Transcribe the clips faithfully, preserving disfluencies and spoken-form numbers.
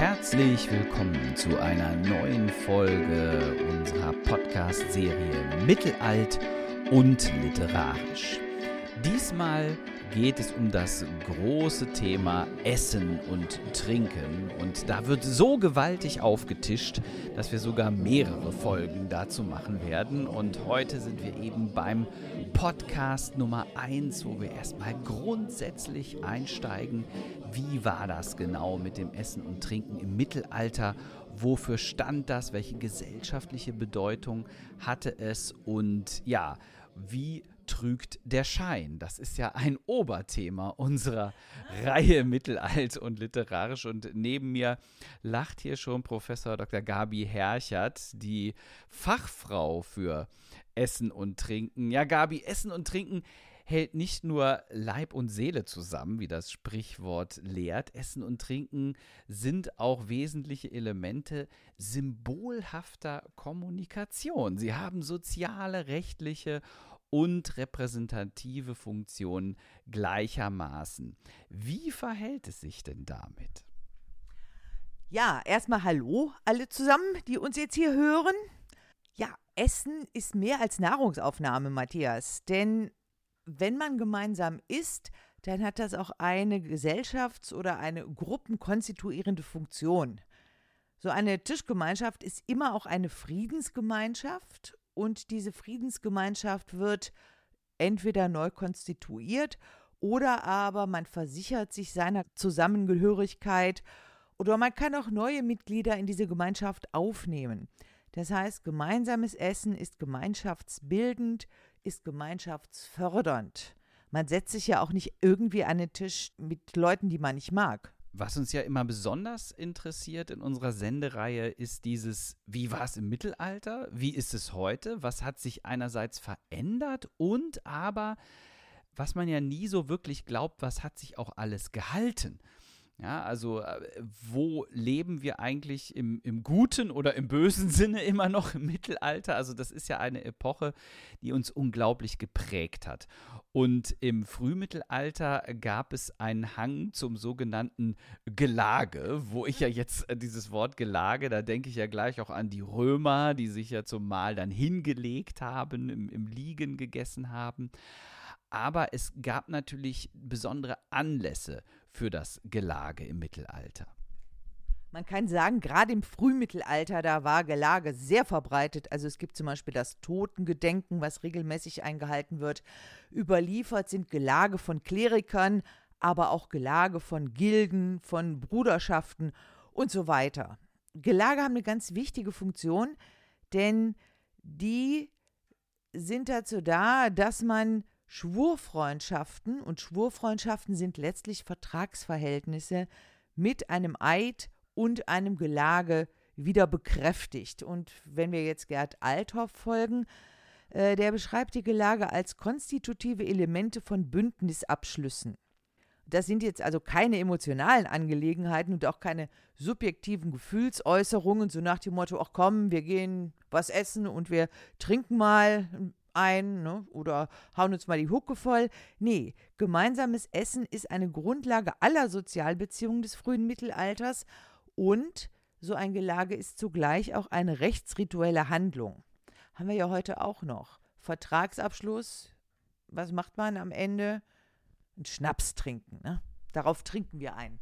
Herzlich willkommen zu einer neuen Folge unserer Podcast-Serie Mittelalt und literarisch. Diesmal geht es um das große Thema Essen und Trinken und da wird so gewaltig aufgetischt, dass wir sogar mehrere Folgen dazu machen werden und heute sind wir eben beim Podcast Nummer eins, wo wir erstmal grundsätzlich einsteigen. Wie war das genau mit dem Essen und Trinken im Mittelalter? Wofür stand das? Welche gesellschaftliche Bedeutung hatte es? Und ja, wie trügt der Schein? Das ist ja ein Oberthema unserer Reihe Mittelalt und literarisch. Und neben mir lacht hier schon Professor Doktor Gabi Herchert, die Fachfrau für Essen und Trinken. Ja, Gabi, Essen und Trinken hält nicht nur Leib und Seele zusammen, wie das Sprichwort lehrt. Essen und Trinken sind auch wesentliche Elemente symbolhafter Kommunikation. Sie haben soziale, rechtliche und repräsentative Funktionen gleichermaßen. Wie verhält es sich denn damit? Ja, erstmal hallo alle zusammen, die uns jetzt hier hören. Ja, Essen ist mehr als Nahrungsaufnahme, Matthias, denn wenn man gemeinsam isst, dann hat das auch eine gesellschafts- oder eine gruppenkonstituierende Funktion. So eine Tischgemeinschaft ist immer auch eine Friedensgemeinschaft und diese Friedensgemeinschaft wird entweder neu konstituiert oder aber man versichert sich seiner Zusammengehörigkeit oder man kann auch neue Mitglieder in diese Gemeinschaft aufnehmen. Das heißt, gemeinsames Essen ist gemeinschaftsbildend, ist gemeinschaftsfördernd. Man setzt sich ja auch nicht irgendwie an den Tisch mit Leuten, die man nicht mag. Was uns ja immer besonders interessiert in unserer Sendereihe ist dieses, wie war es im Mittelalter, wie ist es heute, was hat sich einerseits verändert und aber, was man ja nie so wirklich glaubt, was hat sich auch alles gehalten. Ja, also wo leben wir eigentlich im, im guten oder im bösen Sinne immer noch im Mittelalter? Also das ist ja eine Epoche, die uns unglaublich geprägt hat. Und im Frühmittelalter gab es einen Hang zum sogenannten Gelage, wo ich ja jetzt dieses Wort Gelage, da denke ich ja gleich auch an die Römer, die sich ja zum Mahl dann hingelegt haben, im, im Liegen gegessen haben. Aber es gab natürlich besondere Anlässe für das Gelage im Mittelalter. Man kann sagen, gerade im Frühmittelalter, da war Gelage sehr verbreitet. Also es gibt zum Beispiel das Totengedenken, was regelmäßig eingehalten wird. Überliefert sind Gelage von Klerikern, aber auch Gelage von Gilden, von Bruderschaften und so weiter. Gelage haben eine ganz wichtige Funktion, denn die sind dazu da, dass man Schwurfreundschaften, und Schwurfreundschaften sind letztlich Vertragsverhältnisse, mit einem Eid und einem Gelage wieder bekräftigt. Und wenn wir jetzt Gerd Althoff folgen, äh, der beschreibt die Gelage als konstitutive Elemente von Bündnisabschlüssen. Das sind jetzt also keine emotionalen Angelegenheiten und auch keine subjektiven Gefühlsäußerungen, so nach dem Motto, ach komm, wir gehen was essen und wir trinken mal ein, ne, oder hauen uns mal die Hucke voll. Nee, gemeinsames Essen ist eine Grundlage aller Sozialbeziehungen des frühen Mittelalters und so ein Gelage ist zugleich auch eine rechtsrituelle Handlung. Haben wir ja heute auch noch. Vertragsabschluss, was macht man am Ende? Einen Schnaps trinken, ne? Darauf trinken wir ein.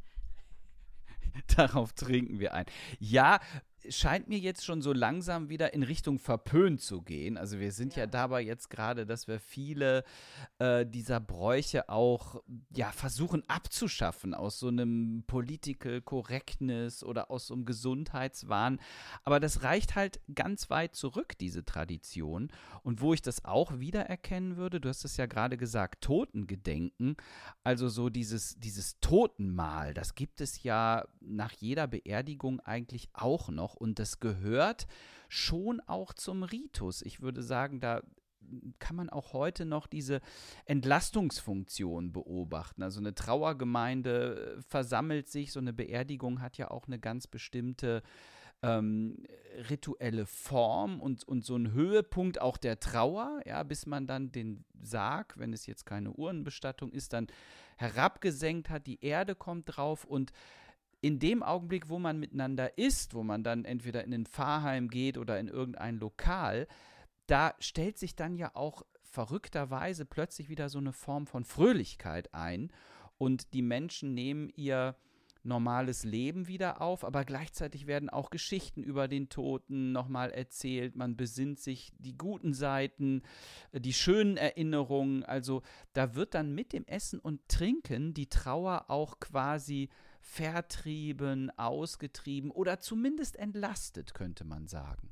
Darauf trinken wir ein. Ja, scheint mir jetzt schon so langsam wieder in Richtung verpönt zu gehen. Also wir sind ja, ja dabei jetzt gerade, dass wir viele äh, dieser Bräuche auch ja, versuchen abzuschaffen aus so einem Political Correctness oder aus so einem Gesundheitswahn. Aber das reicht halt ganz weit zurück, diese Tradition. Und wo ich das auch wiedererkennen würde, du hast es ja gerade gesagt, Totengedenken, also so dieses, dieses Totenmahl, das gibt es ja nach jeder Beerdigung eigentlich auch noch. Und das gehört schon auch zum Ritus. Ich würde sagen, da kann man auch heute noch diese Entlastungsfunktion beobachten. Also eine Trauergemeinde versammelt sich, so eine Beerdigung hat ja auch eine ganz bestimmte ähm, rituelle Form und, und so ein Höhepunkt auch der Trauer, ja, bis man dann den Sarg, wenn es jetzt keine Urnenbestattung ist, dann herabgesenkt hat, die Erde kommt drauf und in dem Augenblick, wo man miteinander isst, wo man dann entweder in ein Pfarrheim geht oder in irgendein Lokal, da stellt sich dann ja auch verrückterweise plötzlich wieder so eine Form von Fröhlichkeit ein und die Menschen nehmen ihr normales Leben wieder auf, aber gleichzeitig werden auch Geschichten über den Toten nochmal erzählt. Man besinnt sich die guten Seiten, die schönen Erinnerungen. Also da wird dann mit dem Essen und Trinken die Trauer auch quasi vertrieben, ausgetrieben oder zumindest entlastet, könnte man sagen.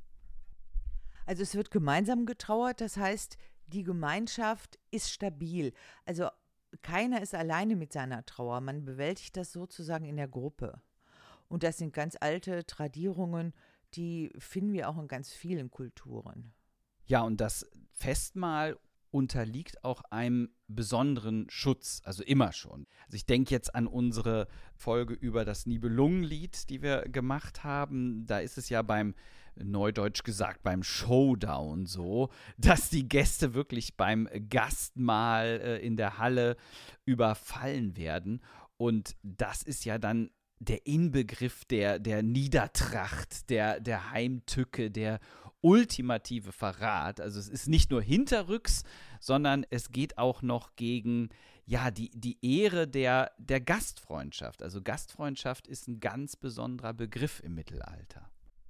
Also es wird gemeinsam getrauert, das heißt, die Gemeinschaft ist stabil. Also keiner ist alleine mit seiner Trauer. Man bewältigt das sozusagen in der Gruppe. Und das sind ganz alte Tradierungen, die finden wir auch in ganz vielen Kulturen. Ja, und das Festmahl unterliegt auch einem besonderen Schutz, also immer schon. Also ich denke jetzt an unsere Folge über das Nibelungenlied, die wir gemacht haben. Da ist es ja beim, neudeutsch gesagt, beim Showdown so, dass die Gäste wirklich beim Gastmahl äh, in der Halle überfallen werden. Und das ist ja dann der Inbegriff der, der Niedertracht, der, der Heimtücke, der ultimative Verrat. Also es ist nicht nur hinterrücks, sondern es geht auch noch gegen ja, die, die Ehre der, der Gastfreundschaft. Also Gastfreundschaft ist ein ganz besonderer Begriff im Mittelalter.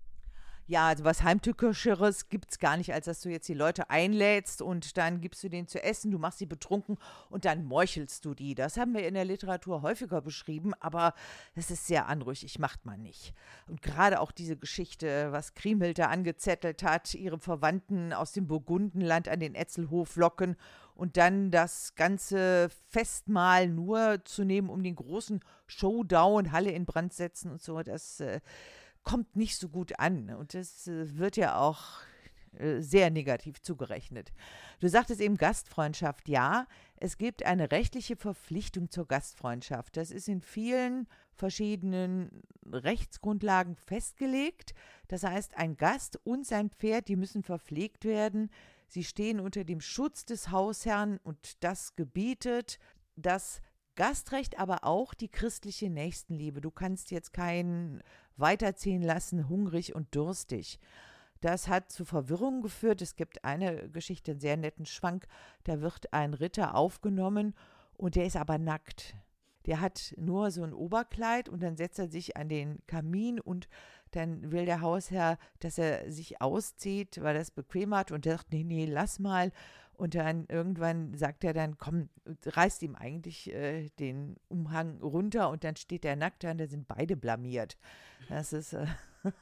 Ja, also was Heimtückischeres gibt es gar nicht, als dass du jetzt die Leute einlädst und dann gibst du denen zu essen, du machst sie betrunken und dann meuchelst du die. Das haben wir in der Literatur häufiger beschrieben, aber das ist sehr anrüchig, macht man nicht. Und gerade auch diese Geschichte, was Kriemhild da angezettelt hat, ihre Verwandten aus dem Burgundenland an den Etzelhof locken und dann das ganze Festmahl nur zu nehmen, um den großen Showdown, Halle in Brand setzen und so, das äh, kommt nicht so gut an und das äh, wird ja auch äh, sehr negativ zugerechnet. Du sagtest eben Gastfreundschaft. Ja, es gibt eine rechtliche Verpflichtung zur Gastfreundschaft. Das ist in vielen verschiedenen Rechtsgrundlagen festgelegt. Das heißt, ein Gast und sein Pferd, die müssen verpflegt werden. Sie stehen unter dem Schutz des Hausherrn und das gebietet das Gastrecht, aber auch die christliche Nächstenliebe. Du kannst jetzt keinen weiterziehen lassen, hungrig und durstig. Das hat zu Verwirrung geführt. Es gibt eine Geschichte, einen sehr netten Schwank, da wird ein Ritter aufgenommen und der ist aber nackt. Der hat nur so ein Oberkleid und dann setzt er sich an den Kamin und dann will der Hausherr, dass er sich auszieht, weil er es bequem hat und der sagt, nee, nee, lass mal. Und dann irgendwann sagt er dann, komm, reißt ihm eigentlich äh, den Umhang runter und dann steht er nackt da und da sind beide blamiert. Das ist äh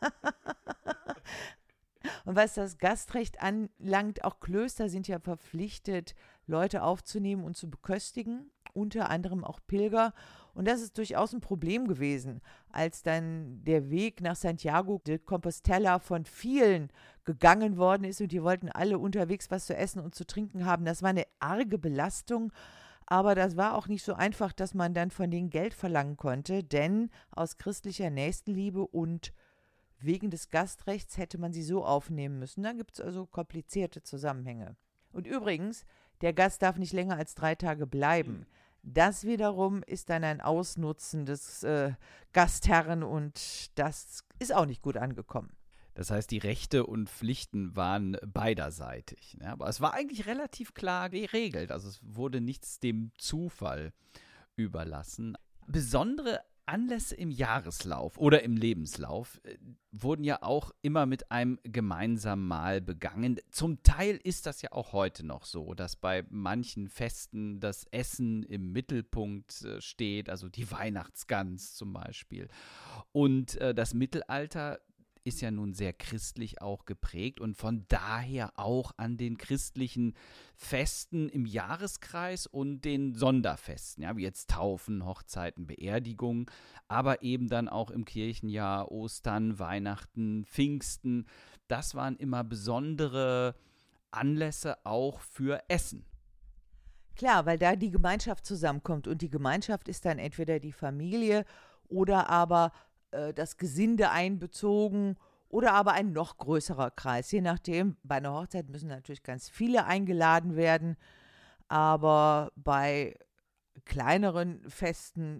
Und was das Gastrecht anlangt, auch Klöster sind ja verpflichtet, Leute aufzunehmen und zu beköstigen, unter anderem auch Pilger. Und das ist durchaus ein Problem gewesen, als dann der Weg nach Santiago de Compostela von vielen gegangen worden ist und die wollten alle unterwegs was zu essen und zu trinken haben. Das war eine arge Belastung, aber das war auch nicht so einfach, dass man dann von denen Geld verlangen konnte, denn aus christlicher Nächstenliebe und wegen des Gastrechts hätte man sie so aufnehmen müssen. Da gibt es also komplizierte Zusammenhänge. Und übrigens, der Gast darf nicht länger als drei Tage bleiben. Das wiederum ist dann ein Ausnutzen des äh, Gastherren und das ist auch nicht gut angekommen. Das heißt, die Rechte und Pflichten waren beiderseitig. Ne? Aber es war eigentlich relativ klar geregelt. Also es wurde nichts dem Zufall überlassen. Besondere Anlässe im Jahreslauf oder im Lebenslauf äh, wurden ja auch immer mit einem gemeinsamen Mahl begangen. Zum Teil ist das ja auch heute noch so, dass bei manchen Festen das Essen im Mittelpunkt äh, steht, also die Weihnachtsgans zum Beispiel. Und äh, das Mittelalter ist ja nun sehr christlich auch geprägt und von daher auch an den christlichen Festen im Jahreskreis und den Sonderfesten, ja, wie jetzt Taufen, Hochzeiten, Beerdigungen, aber eben dann auch im Kirchenjahr, Ostern, Weihnachten, Pfingsten. Das waren immer besondere Anlässe auch für Essen. Klar, weil da die Gemeinschaft zusammenkommt und die Gemeinschaft ist dann entweder die Familie oder aber das Gesinde einbezogen oder aber ein noch größerer Kreis. Je nachdem, bei einer Hochzeit müssen natürlich ganz viele eingeladen werden, aber bei kleineren Festen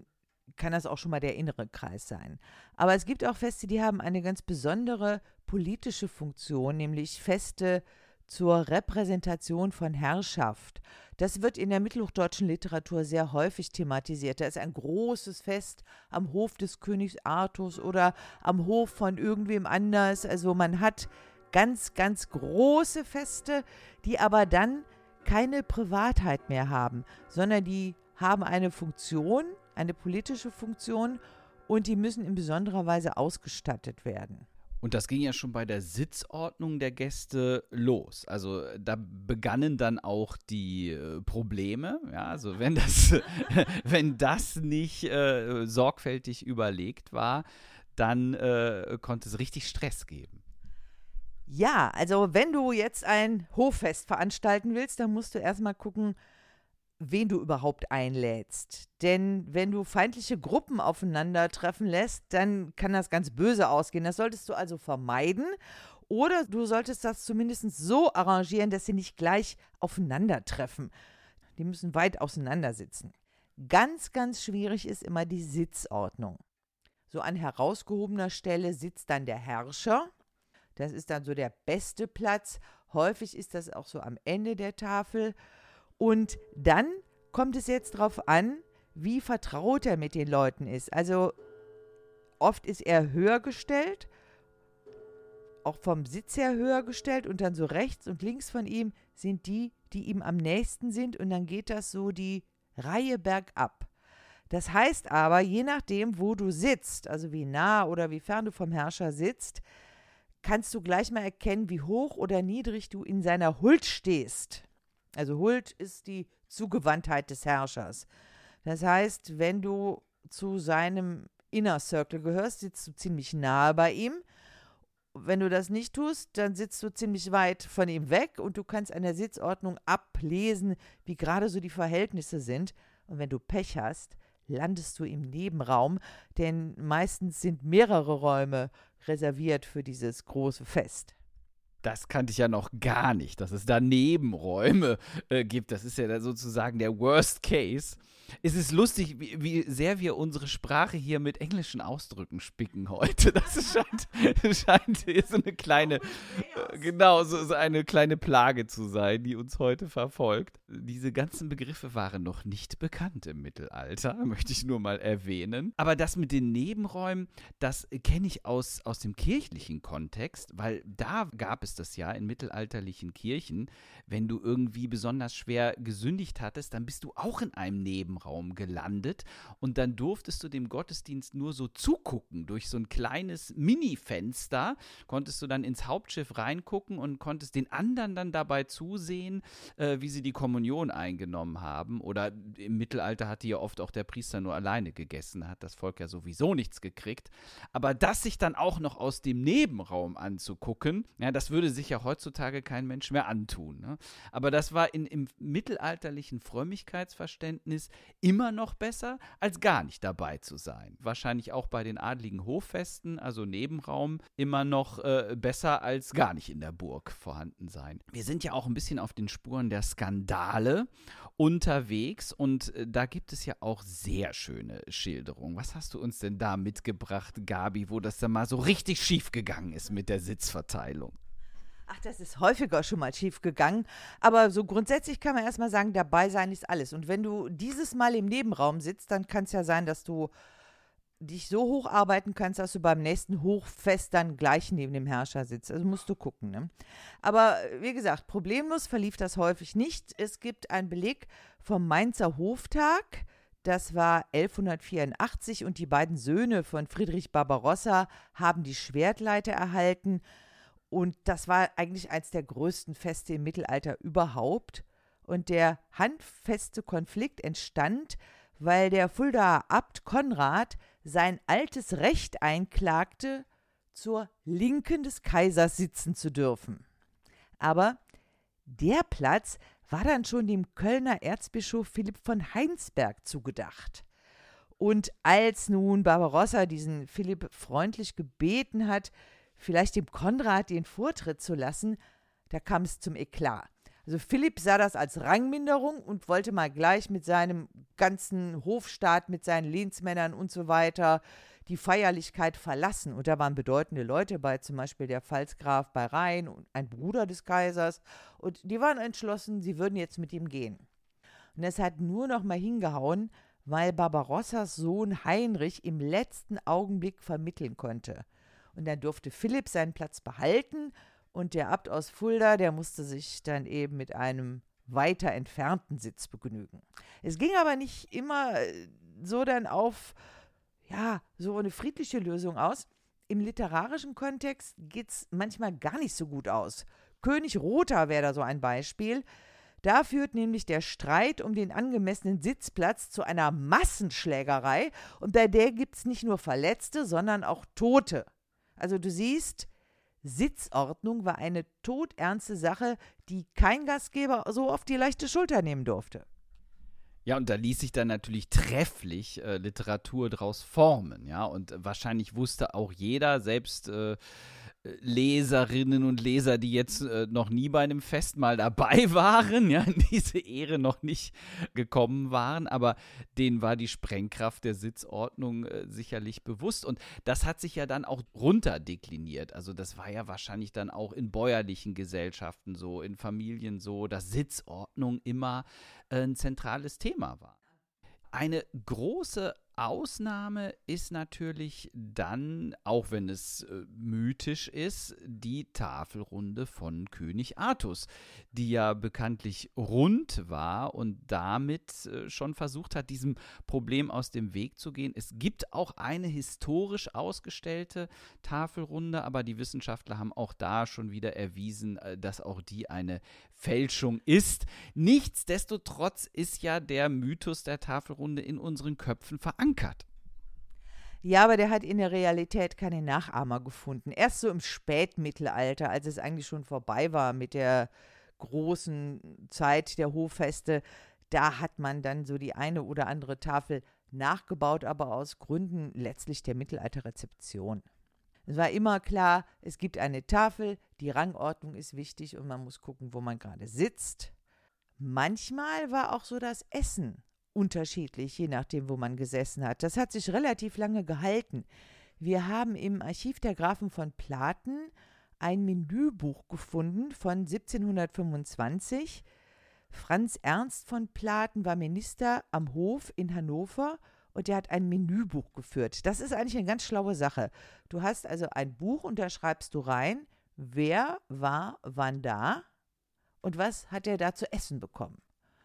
kann das auch schon mal der innere Kreis sein. Aber es gibt auch Feste, die haben eine ganz besondere politische Funktion, nämlich Feste zur Repräsentation von Herrschaft. Das wird in der mittelhochdeutschen Literatur sehr häufig thematisiert. Da ist ein großes Fest am Hof des Königs Artus oder am Hof von irgendwem anders. Also man hat ganz, ganz große Feste, die aber dann keine Privatheit mehr haben, sondern die haben eine Funktion, eine politische Funktion und die müssen in besonderer Weise ausgestattet werden. Und das ging ja schon bei der Sitzordnung der Gäste los. Also da begannen dann auch die äh, Probleme. Ja, also wenn das, wenn das nicht äh, sorgfältig überlegt war, dann äh, konnte es richtig Stress geben. Ja, also wenn du jetzt ein Hoffest veranstalten willst, dann musst du erstmal gucken, wen du überhaupt einlädst. Denn wenn du feindliche Gruppen aufeinandertreffen lässt, dann kann das ganz böse ausgehen. Das solltest du also vermeiden. Oder du solltest das zumindest so arrangieren, dass sie nicht gleich aufeinandertreffen. Die müssen weit auseinander sitzen. Ganz, ganz schwierig ist immer die Sitzordnung. So an herausgehobener Stelle sitzt dann der Herrscher. Das ist dann so der beste Platz. Häufig ist das auch so am Ende der Tafel. Und dann kommt es jetzt darauf an, wie vertraut er mit den Leuten ist. Also oft ist er höher gestellt, auch vom Sitz her höher gestellt und dann so rechts und links von ihm sind die, die ihm am nächsten sind und dann geht das so die Reihe bergab. Das heißt aber, je nachdem, wo du sitzt, also wie nah oder wie fern du vom Herrscher sitzt, kannst du gleich mal erkennen, wie hoch oder niedrig du in seiner Huld stehst. Also Huld ist die Zugewandtheit des Herrschers. Das heißt, wenn du zu seinem Inner Circle gehörst, sitzt du ziemlich nahe bei ihm. Wenn du das nicht tust, dann sitzt du ziemlich weit von ihm weg und du kannst an der Sitzordnung ablesen, wie gerade so die Verhältnisse sind. Und wenn du Pech hast, landest du im Nebenraum, denn meistens sind mehrere Räume reserviert für dieses große Fest. Das kannte ich ja noch gar nicht, dass es da Nebenräume äh, gibt. Das ist ja sozusagen der Worst Case. Es ist lustig, wie, wie sehr wir unsere Sprache hier mit englischen Ausdrücken spicken heute. Das ist, scheint, scheint so eine kleine, äh, genau, so, so eine kleine Plage zu sein, die uns heute verfolgt. Diese ganzen Begriffe waren noch nicht bekannt im Mittelalter, möchte ich nur mal erwähnen. Aber das mit den Nebenräumen, das kenne ich aus, aus dem kirchlichen Kontext, weil da gab es das ja in mittelalterlichen Kirchen. Wenn du irgendwie besonders schwer gesündigt hattest, dann bist du auch in einem Nebenraum gelandet und dann durftest du dem Gottesdienst nur so zugucken. Durch so ein kleines Mini-Fenster konntest du dann ins Hauptschiff reingucken und konntest den anderen dann dabei zusehen, äh, wie sie die Kommunion eingenommen haben. Oder im Mittelalter hatte ja oft auch der Priester nur alleine gegessen, hat das Volk ja sowieso nichts gekriegt. Aber das sich dann auch noch aus dem Nebenraum anzugucken, ja, das würde sich ja heutzutage kein Mensch mehr antun. Ne? Aber das war in, im mittelalterlichen Frömmigkeitsverständnis immer noch besser, als gar nicht dabei zu sein. Wahrscheinlich auch bei den adligen Hoffesten, also Nebenraum, immer noch äh, besser als gar nicht in der Burg vorhanden sein. Wir sind ja auch ein bisschen auf den Spuren der Skandale unterwegs und äh, da gibt es ja auch sehr schöne Schilderungen. Was hast du uns denn da mitgebracht, Gabi, wo das dann mal so richtig schief gegangen ist mit der Sitzverteilung? Ach, das ist häufiger schon mal schief gegangen, aber so grundsätzlich kann man erstmal sagen, dabei sein ist alles. Und wenn du dieses Mal im Nebenraum sitzt, dann kann es ja sein, dass du dich so hocharbeiten kannst, dass du beim nächsten Hochfest dann gleich neben dem Herrscher sitzt. Also musst du gucken, ne? Aber wie gesagt, problemlos verlief das häufig nicht. Es gibt einen Beleg vom Mainzer Hoftag. Das war elfhundertvierundachtzig und die beiden Söhne von Friedrich Barbarossa haben die Schwertleiter erhalten. Und das war eigentlich eines der größten Feste im Mittelalter überhaupt. Und der handfeste Konflikt entstand, weil der Fuldaer Abt Konrad sein altes Recht einklagte, zur Linken des Kaisers sitzen zu dürfen. Aber der Platz war dann schon dem Kölner Erzbischof Philipp von Heinsberg zugedacht. Und als nun Barbarossa diesen Philipp freundlich gebeten hat, vielleicht dem Konrad den Vortritt zu lassen, da kam es zum Eklat. Also Philipp sah das als Rangminderung und wollte mal gleich mit seinem ganzen Hofstaat, mit seinen Lehnsmännern und so weiter die Feierlichkeit verlassen. Und da waren bedeutende Leute bei, zum Beispiel der Pfalzgraf bei Rhein und ein Bruder des Kaisers. Und die waren entschlossen, sie würden jetzt mit ihm gehen. Und es hat nur noch mal hingehauen, weil Barbarossas Sohn Heinrich im letzten Augenblick vermitteln konnte. Und dann durfte Philipp seinen Platz behalten und der Abt aus Fulda, der musste sich dann eben mit einem weiter entfernten Sitz begnügen. Es ging aber nicht immer so dann auf, ja, so eine friedliche Lösung aus. Im literarischen Kontext geht es manchmal gar nicht so gut aus. König Rother wäre da so ein Beispiel. Da führt nämlich der Streit um den angemessenen Sitzplatz zu einer Massenschlägerei und bei der gibt es nicht nur Verletzte, sondern auch Tote. Also du siehst, Sitzordnung war eine todernste Sache, die kein Gastgeber so auf die leichte Schulter nehmen durfte. Ja, und da ließ sich dann natürlich trefflich äh, Literatur draus formen, ja, und wahrscheinlich wusste auch jeder, selbst äh, Leserinnen und Leser, die jetzt äh, noch nie bei einem Festmahl dabei waren, ja, diese Ehre noch nicht gekommen waren, aber denen war die Sprengkraft der Sitzordnung äh, sicherlich bewusst und das hat sich ja dann auch runterdekliniert, also das war ja wahrscheinlich dann auch in bäuerlichen Gesellschaften so, in Familien so, dass Sitzordnung immer äh, ein zentrales Thema war. Eine große Ausnahme ist natürlich dann, auch wenn es äh, mythisch ist, die Tafelrunde von König Artus, die ja bekanntlich rund war und damit äh, schon versucht hat, diesem Problem aus dem Weg zu gehen. Es gibt auch eine historisch ausgestellte Tafelrunde, aber die Wissenschaftler haben auch da schon wieder erwiesen, äh, dass auch die eine Fälschung ist. Nichtsdestotrotz ist ja der Mythos der Tafelrunde in unseren Köpfen verankert. Ja, aber der hat in der Realität keine Nachahmer gefunden. Erst so im Spätmittelalter, als es eigentlich schon vorbei war mit der großen Zeit der Hoffeste, da hat man dann so die eine oder andere Tafel nachgebaut, aber aus Gründen letztlich der Mittelalterrezeption. Es war immer klar, es gibt eine Tafel, die Rangordnung ist wichtig und man muss gucken, wo man gerade sitzt. Manchmal war auch so das Essen unterschiedlich, je nachdem, wo man gesessen hat. Das hat sich relativ lange gehalten. Wir haben im Archiv der Grafen von Platen ein Menübuch gefunden von siebzehnhundertfünfundzwanzig. Franz Ernst von Platen war Minister am Hof in Hannover und der hat ein Menübuch geführt. Das ist eigentlich eine ganz schlaue Sache. Du hast also ein Buch und da schreibst du rein, wer war wann da und was hat er da zu essen bekommen.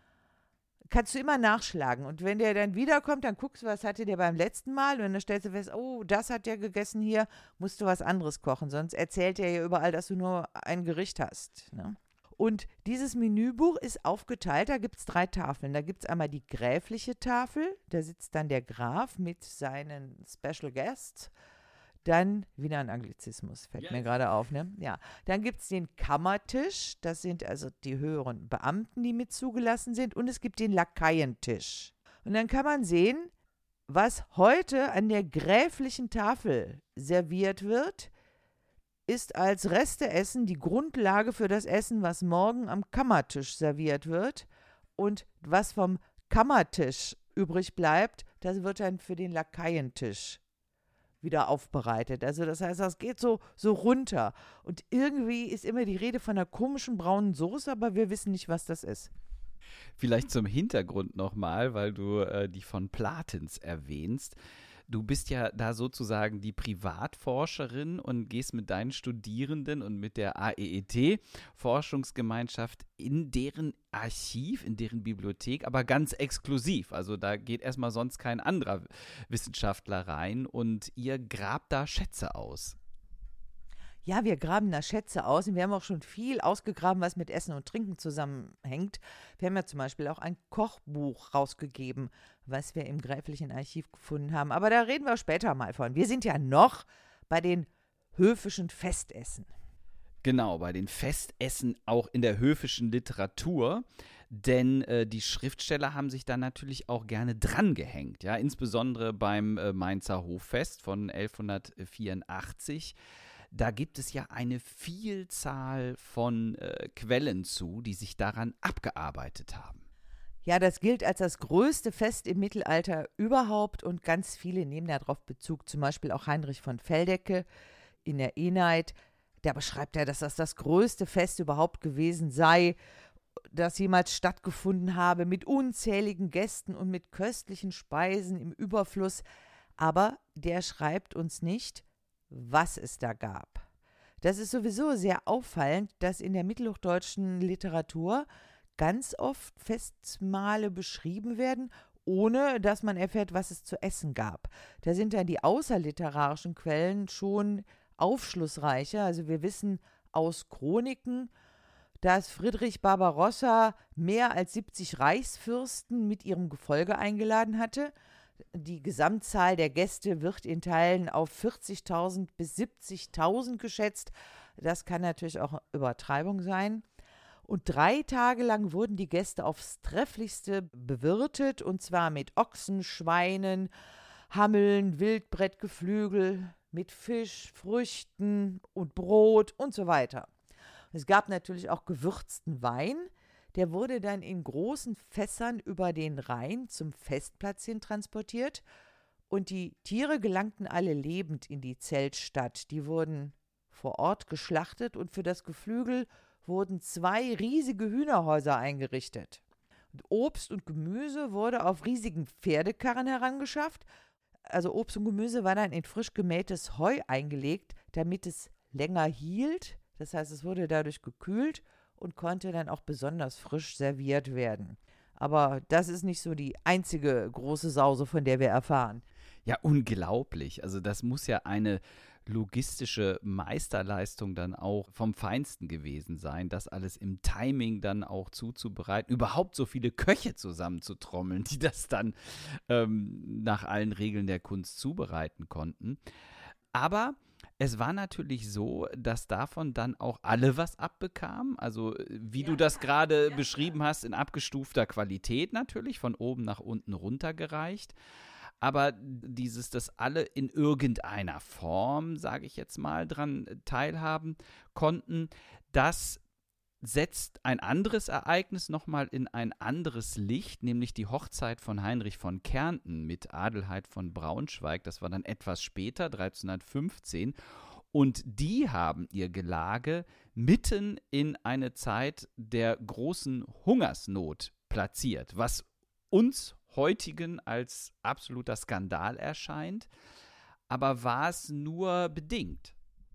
Kannst du immer nachschlagen. Und wenn der dann wiederkommt, dann guckst du, was hatte der beim letzten Mal und dann stellst du fest, oh, das hat der gegessen hier, musst du was anderes kochen, sonst erzählt er ja überall, dass du nur ein Gericht hast, ne? Und dieses Menübuch ist aufgeteilt, da gibt es drei Tafeln. Da gibt es einmal die gräfliche Tafel, da sitzt dann der Graf mit seinen Special Guests. Dann, wieder ein Anglizismus, fällt yes. mir gerade auf, ne? Ja. Dann gibt es den Kammertisch, das sind also die höheren Beamten, die mit zugelassen sind. Und es gibt den Lakaientisch. Und dann kann man sehen, was heute an der gräflichen Tafel serviert wird, ist als Resteessen die Grundlage für das Essen, was morgen am Kammertisch serviert wird. Und was vom Kammertisch übrig bleibt, das wird dann für den Lakaientisch wieder aufbereitet. Also das heißt, das geht so, so runter. Und irgendwie ist immer die Rede von einer komischen braunen Soße, aber wir wissen nicht, was das ist. Vielleicht zum Hintergrund nochmal, weil du äh, die von Platens erwähnst. Du bist ja da sozusagen die Privatforscherin und gehst mit deinen Studierenden und mit der A E E T-Forschungsgemeinschaft in deren Archiv, in deren Bibliothek, aber ganz exklusiv. Also da geht erstmal sonst kein anderer Wissenschaftler rein und ihr grabt da Schätze aus. Ja, wir graben da Schätze aus und wir haben auch schon viel ausgegraben, was mit Essen und Trinken zusammenhängt. Wir haben ja zum Beispiel auch ein Kochbuch rausgegeben, was wir im Gräflichen Archiv gefunden haben. Aber da reden wir später mal von. Wir sind ja noch bei den höfischen Festessen. Genau, bei den Festessen auch in der höfischen Literatur. Denn äh, die Schriftsteller haben sich da natürlich auch gerne drangehängt. Ja? Insbesondere beim äh, Mainzer Hoffest von elfhundertvierundachtzig. da gibt es ja eine Vielzahl von äh, Quellen zu, die sich daran abgearbeitet haben. Ja, das gilt als das größte Fest im Mittelalter überhaupt und ganz viele nehmen darauf Bezug, zum Beispiel auch Heinrich von Feldecke in der Eneid. Der beschreibt ja, dass das das größte Fest überhaupt gewesen sei, das jemals stattgefunden habe, mit unzähligen Gästen und mit köstlichen Speisen im Überfluss. Aber der schreibt uns nicht, was es da gab. Das ist sowieso sehr auffallend, dass in der mittelhochdeutschen Literatur ganz oft Festmahle beschrieben werden, ohne dass man erfährt, was es zu essen gab. Da sind dann die außerliterarischen Quellen schon aufschlussreicher. Also wir wissen aus Chroniken, dass Friedrich Barbarossa mehr als siebzig Reichsfürsten mit ihrem Gefolge eingeladen hatte. Die Gesamtzahl der Gäste wird in Teilen auf vierzigtausend bis siebzigtausend geschätzt. Das kann natürlich auch Übertreibung sein. Und drei Tage lang wurden die Gäste aufs Trefflichste bewirtet, und zwar mit Ochsen, Schweinen, Hammeln, Wildbrettgeflügel, mit Fisch, Früchten und Brot und so weiter. Es gab natürlich auch gewürzten Wein. Der wurde dann in großen Fässern über den Rhein zum Festplatz hin transportiert. Und die Tiere gelangten alle lebend in die Zeltstadt. Die wurden vor Ort geschlachtet und für das Geflügel wurden zwei riesige Hühnerhäuser eingerichtet. Und Obst und Gemüse wurde auf riesigen Pferdekarren herangeschafft. Also Obst und Gemüse war dann in frisch gemähtes Heu eingelegt, damit es länger hielt. Das heißt, es wurde dadurch gekühlt und konnte dann auch besonders frisch serviert werden. Aber das ist nicht so die einzige große Sause, von der wir erfahren. Ja, unglaublich. Also das muss ja eine logistische Meisterleistung dann auch vom Feinsten gewesen sein, das alles im Timing dann auch zuzubereiten, überhaupt so viele Köche zusammenzutrommeln, die das dann ähm, nach allen Regeln der Kunst zubereiten konnten. Aber es war natürlich so, dass davon dann auch alle was abbekamen, also wie ja, du das gerade ja, beschrieben hast, in abgestufter Qualität natürlich, von oben nach unten runtergereicht. Aber dieses, dass alle in irgendeiner Form, sage ich jetzt mal, dran teilhaben konnten, das setzt ein anderes Ereignis nochmal in ein anderes Licht, nämlich die Hochzeit von Heinrich von Kärnten mit Adelheid von Braunschweig. Das war dann etwas später, dreizehnhundertfünfzehn. Und die haben ihr Gelage mitten in eine Zeit der großen Hungersnot platziert, was uns heutigen als absoluter Skandal erscheint. Aber war es nur bedingt?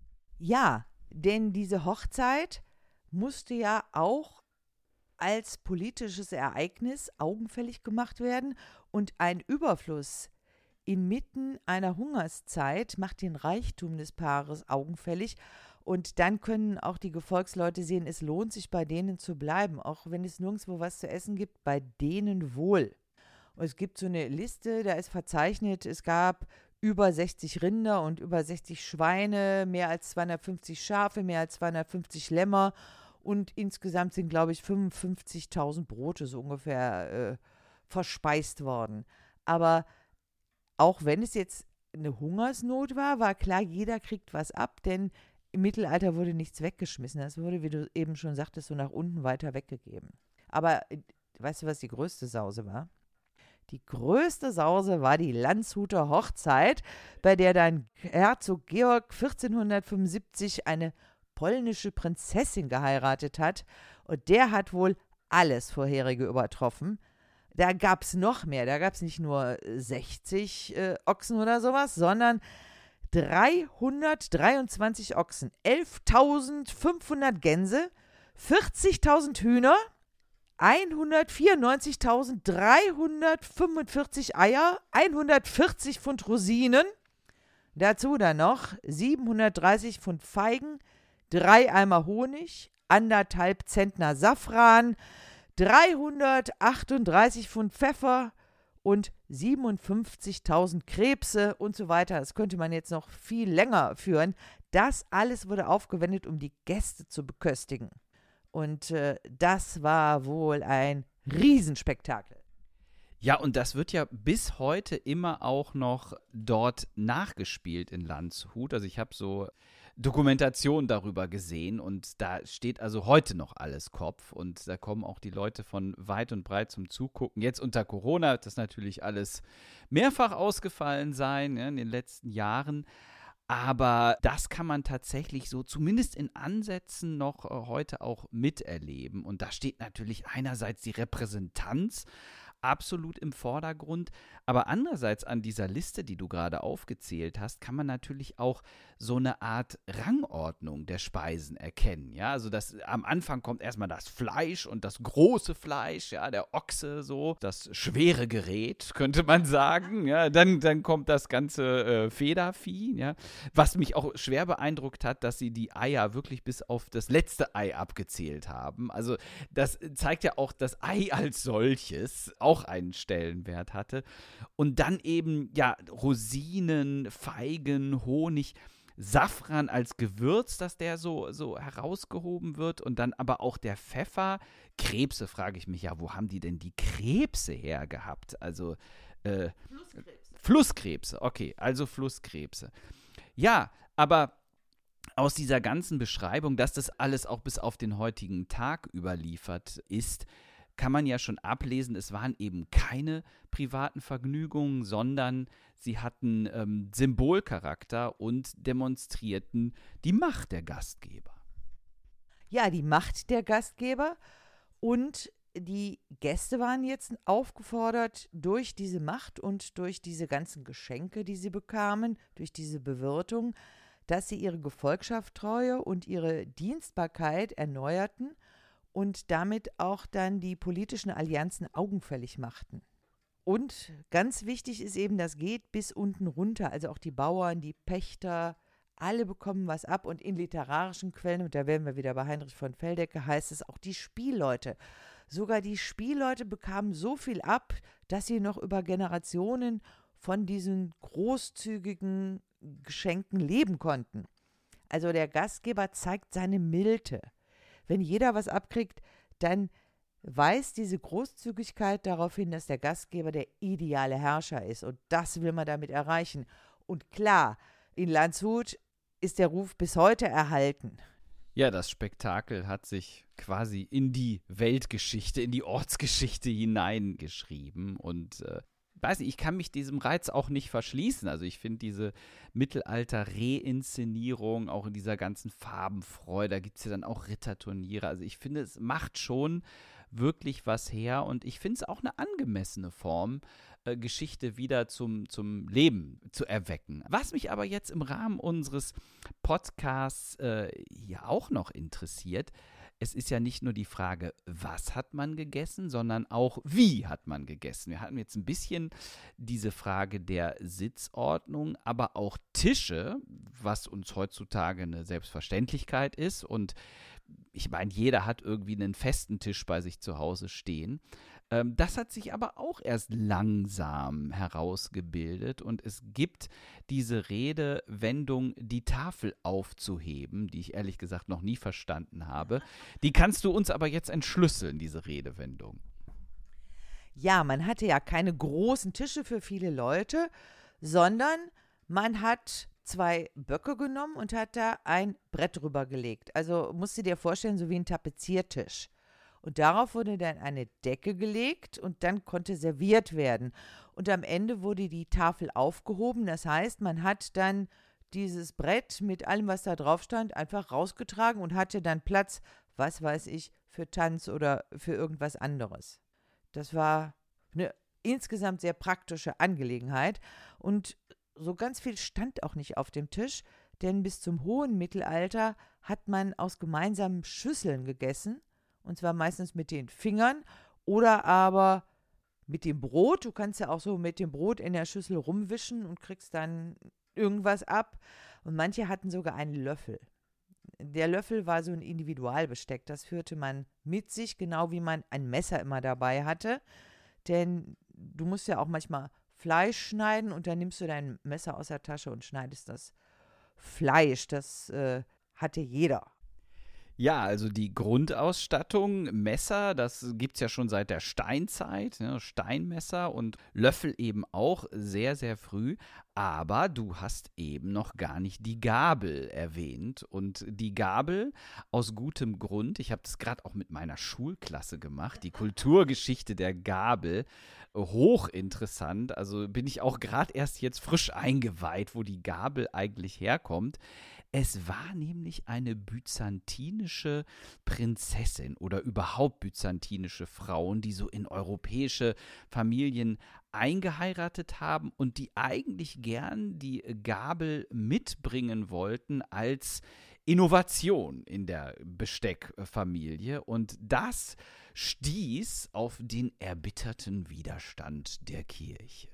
Ja, denn diese Hochzeit musste ja auch als politisches Ereignis augenfällig gemacht werden, und ein Überfluss inmitten einer Hungerszeit macht den Reichtum des Paares augenfällig, und dann können auch die Gefolgsleute sehen, es lohnt sich, bei denen zu bleiben, auch wenn es nirgendwo was zu essen gibt, bei denen wohl. Und es gibt so eine Liste, da ist verzeichnet, es gab über sechzig Rinder und über sechzig Schweine, mehr als zweihundertfünfzig Schafe, mehr als zweihundertfünfzig Lämmer. Und insgesamt sind, glaube ich, fünfundfünfzigtausend Brote so ungefähr äh, verspeist worden. Aber auch wenn es jetzt eine Hungersnot war, war klar, jeder kriegt was ab, denn im Mittelalter wurde nichts weggeschmissen. Das wurde, wie du eben schon sagtest, so nach unten weiter weggegeben. Aber weißt du, was die größte Sause war? Die größte Sause war die Landshuter Hochzeit, bei der dann Herzog Georg vierzehnhundertfünfundsiebzig eine polnische Prinzessin geheiratet hat. Und der hat wohl alles Vorherige übertroffen. Da gab es noch mehr. Da gab es nicht nur sechzig äh, Ochsen oder sowas, sondern dreihundertdreiundzwanzig Ochsen, elftausendfünfhundert Gänse, vierzigtausend Hühner, hundertvierundneunzigtausenddreihundertfünfundvierzig Eier, hundertvierzig Pfund Rosinen, dazu dann noch siebenhundertdreißig Pfund Feigen, drei Eimer Honig, anderthalb Zentner Safran, dreihundertachtunddreißig Pfund Pfeffer und siebenundfünfzigtausend Krebse und so weiter. Das könnte man jetzt noch viel länger führen. Das alles wurde aufgewendet, um die Gäste zu beköstigen. Und äh, das war wohl ein Riesenspektakel. Ja, und das wird ja bis heute immer auch noch dort nachgespielt in Landshut. Also ich habe so Dokumentation darüber gesehen und da steht also heute noch alles Kopf und da kommen auch die Leute von weit und breit zum Zugucken. Jetzt unter Corona wird das natürlich alles mehrfach ausgefallen sein, ja, in den letzten Jahren. Aber das kann man tatsächlich so zumindest in Ansätzen noch äh, heute auch miterleben. Und da steht natürlich einerseits die Repräsentanz absolut im Vordergrund, aber andererseits an dieser Liste, die du gerade aufgezählt hast, kann man natürlich auch so eine Art Rangordnung der Speisen erkennen. Ja, also das, am Anfang kommt erstmal das Fleisch und das große Fleisch, ja, der Ochse so, das schwere Gerät, könnte man sagen. Ja, dann, dann kommt das ganze äh, Federvieh, ja, was mich auch schwer beeindruckt hat, dass sie die Eier wirklich bis auf das letzte Ei abgezählt haben. Also das zeigt ja auch, das Ei als solches auch einen Stellenwert hatte. Und dann eben, ja, Rosinen, Feigen, Honig, Safran als Gewürz, dass der so, so herausgehoben wird und dann aber auch der Pfeffer. Krebse, frage ich mich ja, wo haben die denn die Krebse her gehabt? Also äh, Flusskrebse. Flusskrebse, okay, also Flusskrebse. Ja, aber aus dieser ganzen Beschreibung, dass das alles auch bis auf den heutigen Tag überliefert ist, kann man ja schon ablesen, es waren eben keine privaten Vergnügungen, sondern sie hatten ähm, Symbolcharakter und demonstrierten die Macht der Gastgeber. Ja, die Macht der Gastgeber und die Gäste waren jetzt aufgefordert, durch diese Macht und durch diese ganzen Geschenke, die sie bekamen, durch diese Bewirtung, dass sie ihre Gefolgschaftstreue und ihre Dienstbarkeit erneuerten und damit auch dann die politischen Allianzen augenfällig machten. Und ganz wichtig ist eben, das geht bis unten runter, also auch die Bauern, die Pächter, alle bekommen was ab und in literarischen Quellen, und da wären wir wieder bei Heinrich von Feldecke, heißt es auch die Spielleute. Sogar die Spielleute bekamen so viel ab, dass sie noch über Generationen von diesen großzügigen Geschenken leben konnten. Also der Gastgeber zeigt seine Milde. Wenn jeder was abkriegt, dann weist diese Großzügigkeit darauf hin, dass der Gastgeber der ideale Herrscher ist. Und das will man damit erreichen. Und klar, in Landshut ist der Ruf bis heute erhalten. Ja, das Spektakel hat sich quasi in die Weltgeschichte, in die Ortsgeschichte hineingeschrieben und äh, weiß nicht, ich kann mich diesem Reiz auch nicht verschließen. Also ich finde diese Mittelalter-Reinszenierung, auch in dieser ganzen Farbenfreude, da gibt es ja dann auch Ritterturniere. Also ich finde, es macht schon wirklich was her und ich finde es auch eine angemessene Form, äh, Geschichte wieder zum, zum Leben zu erwecken. Was mich aber jetzt im Rahmen unseres Podcasts äh, hier auch noch interessiert, es ist ja nicht nur die Frage, was hat man gegessen, sondern auch, wie hat man gegessen. Wir hatten jetzt ein bisschen diese Frage der Sitzordnung, aber auch Tische, was uns heutzutage eine Selbstverständlichkeit ist. Und ich meine, jeder hat irgendwie einen festen Tisch bei sich zu Hause stehen. Ähm, das hat sich aber auch erst langsam herausgebildet und es gibt diese Redewendung, die Tafel aufzuheben, die ich ehrlich gesagt noch nie verstanden habe. Die kannst du uns aber jetzt entschlüsseln, diese Redewendung. Ja, man hatte ja keine großen Tische für viele Leute, sondern man hat zwei Böcke genommen und hat da ein Brett drüber gelegt. Also musst du dir vorstellen, so wie ein Tapeziertisch. Und darauf wurde dann eine Decke gelegt und dann konnte serviert werden. Und am Ende wurde die Tafel aufgehoben. Das heißt, man hat dann dieses Brett mit allem, was da drauf stand, einfach rausgetragen und hatte dann Platz, was weiß ich, für Tanz oder für irgendwas anderes. Das war eine insgesamt sehr praktische Angelegenheit. Und so ganz viel stand auch nicht auf dem Tisch, denn bis zum hohen Mittelalter hat man aus gemeinsamen Schüsseln gegessen. Und zwar meistens mit den Fingern oder aber mit dem Brot. Du kannst ja auch so mit dem Brot in der Schüssel rumwischen und kriegst dann irgendwas ab. Und manche hatten sogar einen Löffel. Der Löffel war so ein Individualbesteck. Das führte man mit sich, genau wie man ein Messer immer dabei hatte. Denn du musst ja auch manchmal Fleisch schneiden und dann nimmst du dein Messer aus der Tasche und schneidest das Fleisch. Das äh, hatte jeder. Ja, also die Grundausstattung, Messer, das gibt es ja schon seit der Steinzeit, ne? Steinmesser und Löffel eben auch sehr, sehr früh. Aber du hast eben noch gar nicht die Gabel erwähnt. Und die Gabel aus gutem Grund, ich habe das gerade auch mit meiner Schulklasse gemacht, die Kulturgeschichte der Gabel, hochinteressant. Also bin ich auch gerade erst jetzt frisch eingeweiht, wo die Gabel eigentlich herkommt. Es war nämlich eine byzantinische Prinzessin oder überhaupt byzantinische Frauen, die so in europäische Familien eingeheiratet haben und die eigentlich gern die Gabel mitbringen wollten als Innovation in der Besteckfamilie. Und das stieß auf den erbitterten Widerstand der Kirche.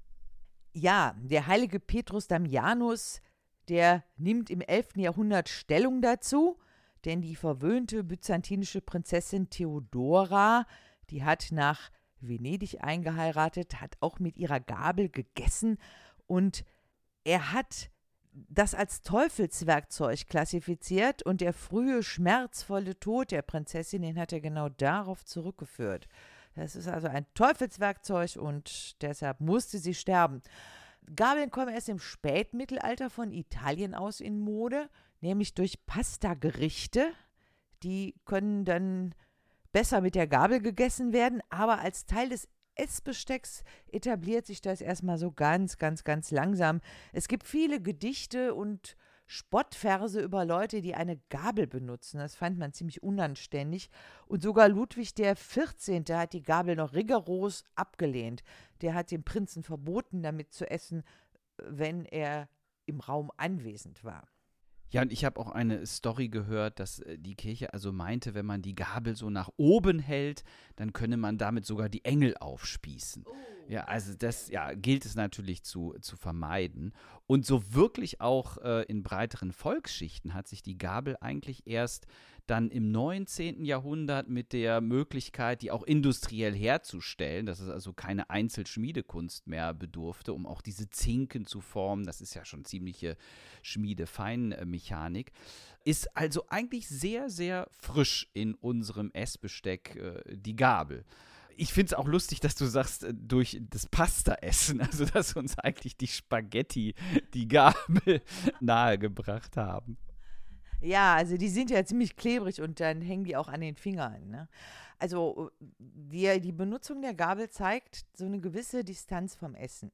Ja, der heilige Petrus Damianus, der nimmt im elften Jahrhundert Stellung dazu, denn die verwöhnte byzantinische Prinzessin Theodora, die hat nach Venedig eingeheiratet, hat auch mit ihrer Gabel gegessen und er hat das als Teufelswerkzeug klassifiziert und der frühe, schmerzvolle Tod der Prinzessin, den hat er genau darauf zurückgeführt. Das ist also ein Teufelswerkzeug und deshalb musste sie sterben. Gabeln kommen erst im Spätmittelalter von Italien aus in Mode, nämlich durch Pastagerichte. Die können dann besser mit der Gabel gegessen werden, aber als Teil des Essbestecks etabliert sich das erstmal so ganz, ganz, ganz langsam. Es gibt viele Gedichte und Spottverse über Leute, die eine Gabel benutzen. Das fand man ziemlich unanständig. Und sogar Ludwig der vierzehnte hat die Gabel noch rigoros abgelehnt. Der hat dem Prinzen verboten, damit zu essen, wenn er im Raum anwesend war. Ja, und ich habe auch eine Story gehört, dass die Kirche also meinte, wenn man die Gabel so nach oben hält, dann könne man damit sogar die Engel aufspießen. Oh. Ja, also das ja, gilt es natürlich zu, zu vermeiden. Und so wirklich auch äh, in breiteren Volksschichten hat sich die Gabel eigentlich erst dann im neunzehnten Jahrhundert mit der Möglichkeit, die auch industriell herzustellen, dass es also keine Einzelschmiedekunst mehr bedurfte, um auch diese Zinken zu formen, das ist ja schon ziemliche Schmiedefeinmechanik, ist also eigentlich sehr, sehr frisch in unserem Essbesteck äh, die Gabel. Ich finde es auch lustig, dass du sagst, durch das Pasta-Essen, also dass uns eigentlich die Spaghetti die Gabel nahegebracht haben. Ja, also die sind ja ziemlich klebrig und dann hängen die auch an den Fingern. Ne? Also die, die Benutzung der Gabel zeigt so eine gewisse Distanz vom Essen.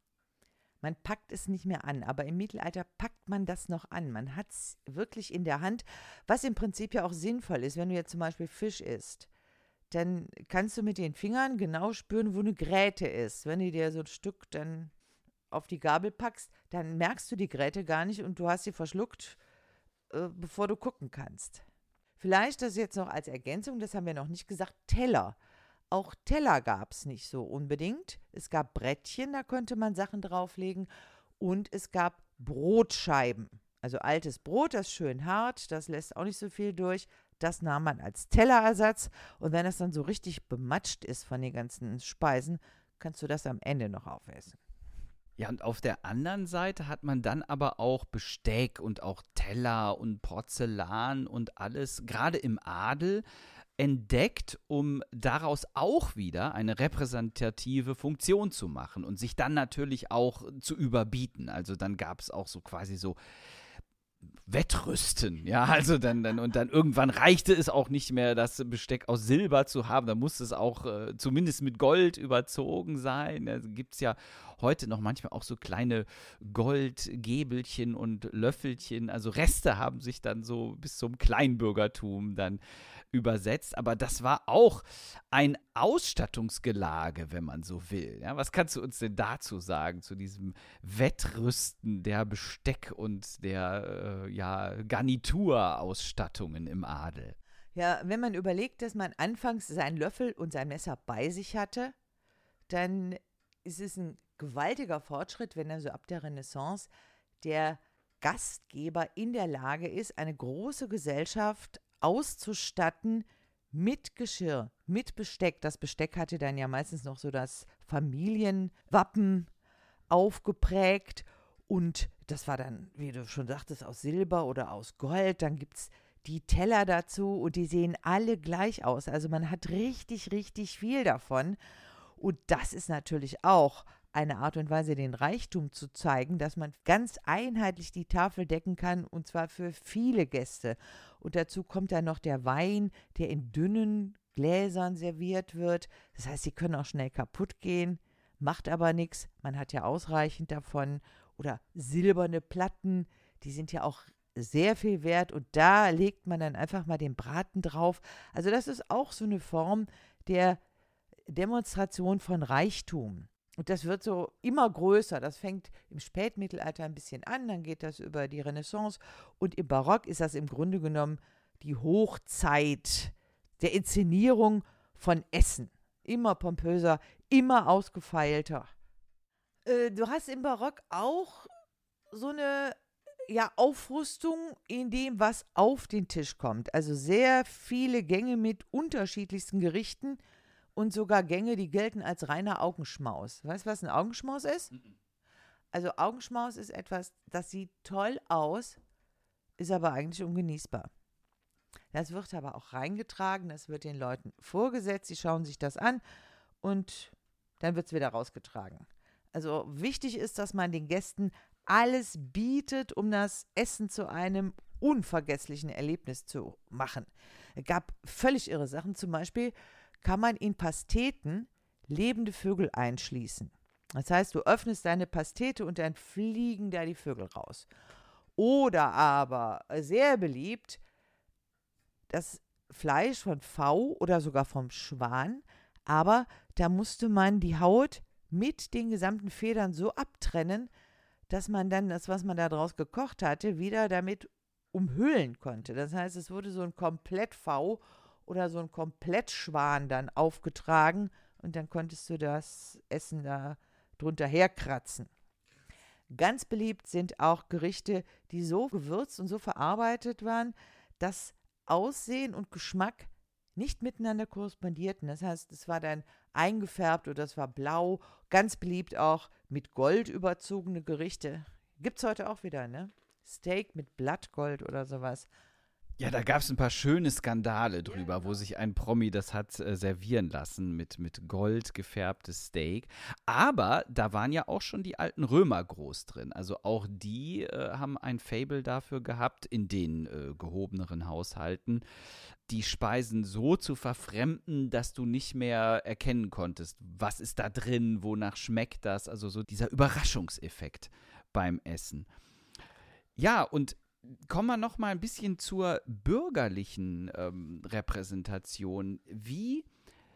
Man packt es nicht mehr an, aber im Mittelalter packt man das noch an. Man hat es wirklich in der Hand, was im Prinzip ja auch sinnvoll ist, wenn du jetzt zum Beispiel Fisch isst. Dann kannst du mit den Fingern genau spüren, wo eine Gräte ist. Wenn du dir so ein Stück dann auf die Gabel packst, dann merkst du die Gräte gar nicht und du hast sie verschluckt, äh, bevor du gucken kannst. Vielleicht das jetzt noch als Ergänzung, das haben wir noch nicht gesagt, Teller. Auch Teller gab es nicht so unbedingt. Es gab Brettchen, da konnte man Sachen drauflegen und es gab Brotscheiben. Also altes Brot, das ist schön hart, das lässt auch nicht so viel durch. Das nahm man als Tellerersatz und wenn es dann so richtig bematscht ist von den ganzen Speisen, kannst du das am Ende noch aufessen. Ja, und auf der anderen Seite hat man dann aber auch Besteck und auch Teller und Porzellan und alles, gerade im Adel, entdeckt, um daraus auch wieder eine repräsentative Funktion zu machen und sich dann natürlich auch zu überbieten. Also dann gab es auch so quasi so Wettrüsten, ja, also dann, dann und dann irgendwann reichte es auch nicht mehr, das Besteck aus Silber zu haben, da musste es auch äh, zumindest mit Gold überzogen sein. Da gibt es ja heute noch manchmal auch so kleine Goldgäbelchen und Löffelchen, also Reste haben sich dann so bis zum Kleinbürgertum dann übersetzt, aber das war auch ein Ausstattungsgelage, wenn man so will. Ja, was kannst du uns denn dazu sagen, zu diesem Wettrüsten der Besteck und der äh, ja, Garniturausstattungen im Adel? Ja, wenn man überlegt, dass man anfangs seinen Löffel und sein Messer bei sich hatte, dann ist es ein gewaltiger Fortschritt, wenn also ab der Renaissance der Gastgeber in der Lage ist, eine große Gesellschaft auszustatten mit Geschirr, mit Besteck. Das Besteck hatte dann ja meistens noch so das Familienwappen aufgeprägt und das war dann, wie du schon sagtest, aus Silber oder aus Gold. Dann gibt es die Teller dazu und die sehen alle gleich aus. Also man hat richtig, richtig viel davon. Und das ist natürlich auch eine Art und Weise, den Reichtum zu zeigen, dass man ganz einheitlich die Tafel decken kann und zwar für viele Gäste. Und dazu kommt dann noch der Wein, der in dünnen Gläsern serviert wird. Das heißt, sie können auch schnell kaputt gehen, macht aber nichts. Man hat ja ausreichend davon. Oder silberne Platten, die sind ja auch sehr viel wert und da legt man dann einfach mal den Braten drauf. Also das ist auch so eine Form der Demonstration von Reichtum. Und das wird so immer größer. Das fängt im Spätmittelalter ein bisschen an, dann geht das über die Renaissance und im Barock ist das im Grunde genommen die Hochzeit der Inszenierung von Essen. Immer pompöser, immer ausgefeilter. Äh, du hast im Barock auch so eine ja, Aufrüstung in dem, was auf den Tisch kommt. Also sehr viele Gänge mit unterschiedlichsten Gerichten und sogar Gänge, die gelten als reiner Augenschmaus. Weißt du, was ein Augenschmaus ist? Mhm. Also Augenschmaus ist etwas, das sieht toll aus, ist aber eigentlich ungenießbar. Das wird aber auch reingetragen, das wird den Leuten vorgesetzt, sie schauen sich das an und dann wird es wieder rausgetragen. Also wichtig ist, dass man den Gästen alles bietet, um das Essen zu einem unvergesslichen Erlebnis zu machen. Es gab völlig irre Sachen. Zum Beispiel kann man in Pasteten lebende Vögel einschließen. Das heißt, du öffnest deine Pastete und dann fliegen da die Vögel raus. Oder aber, sehr beliebt, das Fleisch von V oder sogar vom Schwan, aber da musste man die Haut mit den gesamten Federn so abtrennen, dass man dann das, was man da draus gekocht hatte, wieder damit umhüllen konnte. Das heißt, es wurde so ein Komplett-V oder so ein Komplett-Schwan dann aufgetragen und dann konntest du das Essen da drunter herkratzen. Ganz beliebt sind auch Gerichte, die so gewürzt und so verarbeitet waren, dass Aussehen und Geschmack nicht miteinander korrespondierten. Das heißt, es war dann eingefärbt oder es war blau. Ganz beliebt auch mit Gold überzogene Gerichte. Gibt's heute auch wieder, ne? Steak mit Blattgold oder sowas. Ja, da gab es ein paar schöne Skandale drüber, wo sich ein Promi das hat äh, servieren lassen mit, mit Gold gefärbtes Steak. Aber da waren ja auch schon die alten Römer groß drin. Also auch die äh, haben ein Faible dafür gehabt, in den äh, gehobeneren Haushalten die Speisen so zu verfremden, dass du nicht mehr erkennen konntest, was ist da drin, wonach schmeckt das. Also so dieser Überraschungseffekt beim Essen. Ja, und kommen wir noch mal ein bisschen zur bürgerlichen ähm, Repräsentation. Wie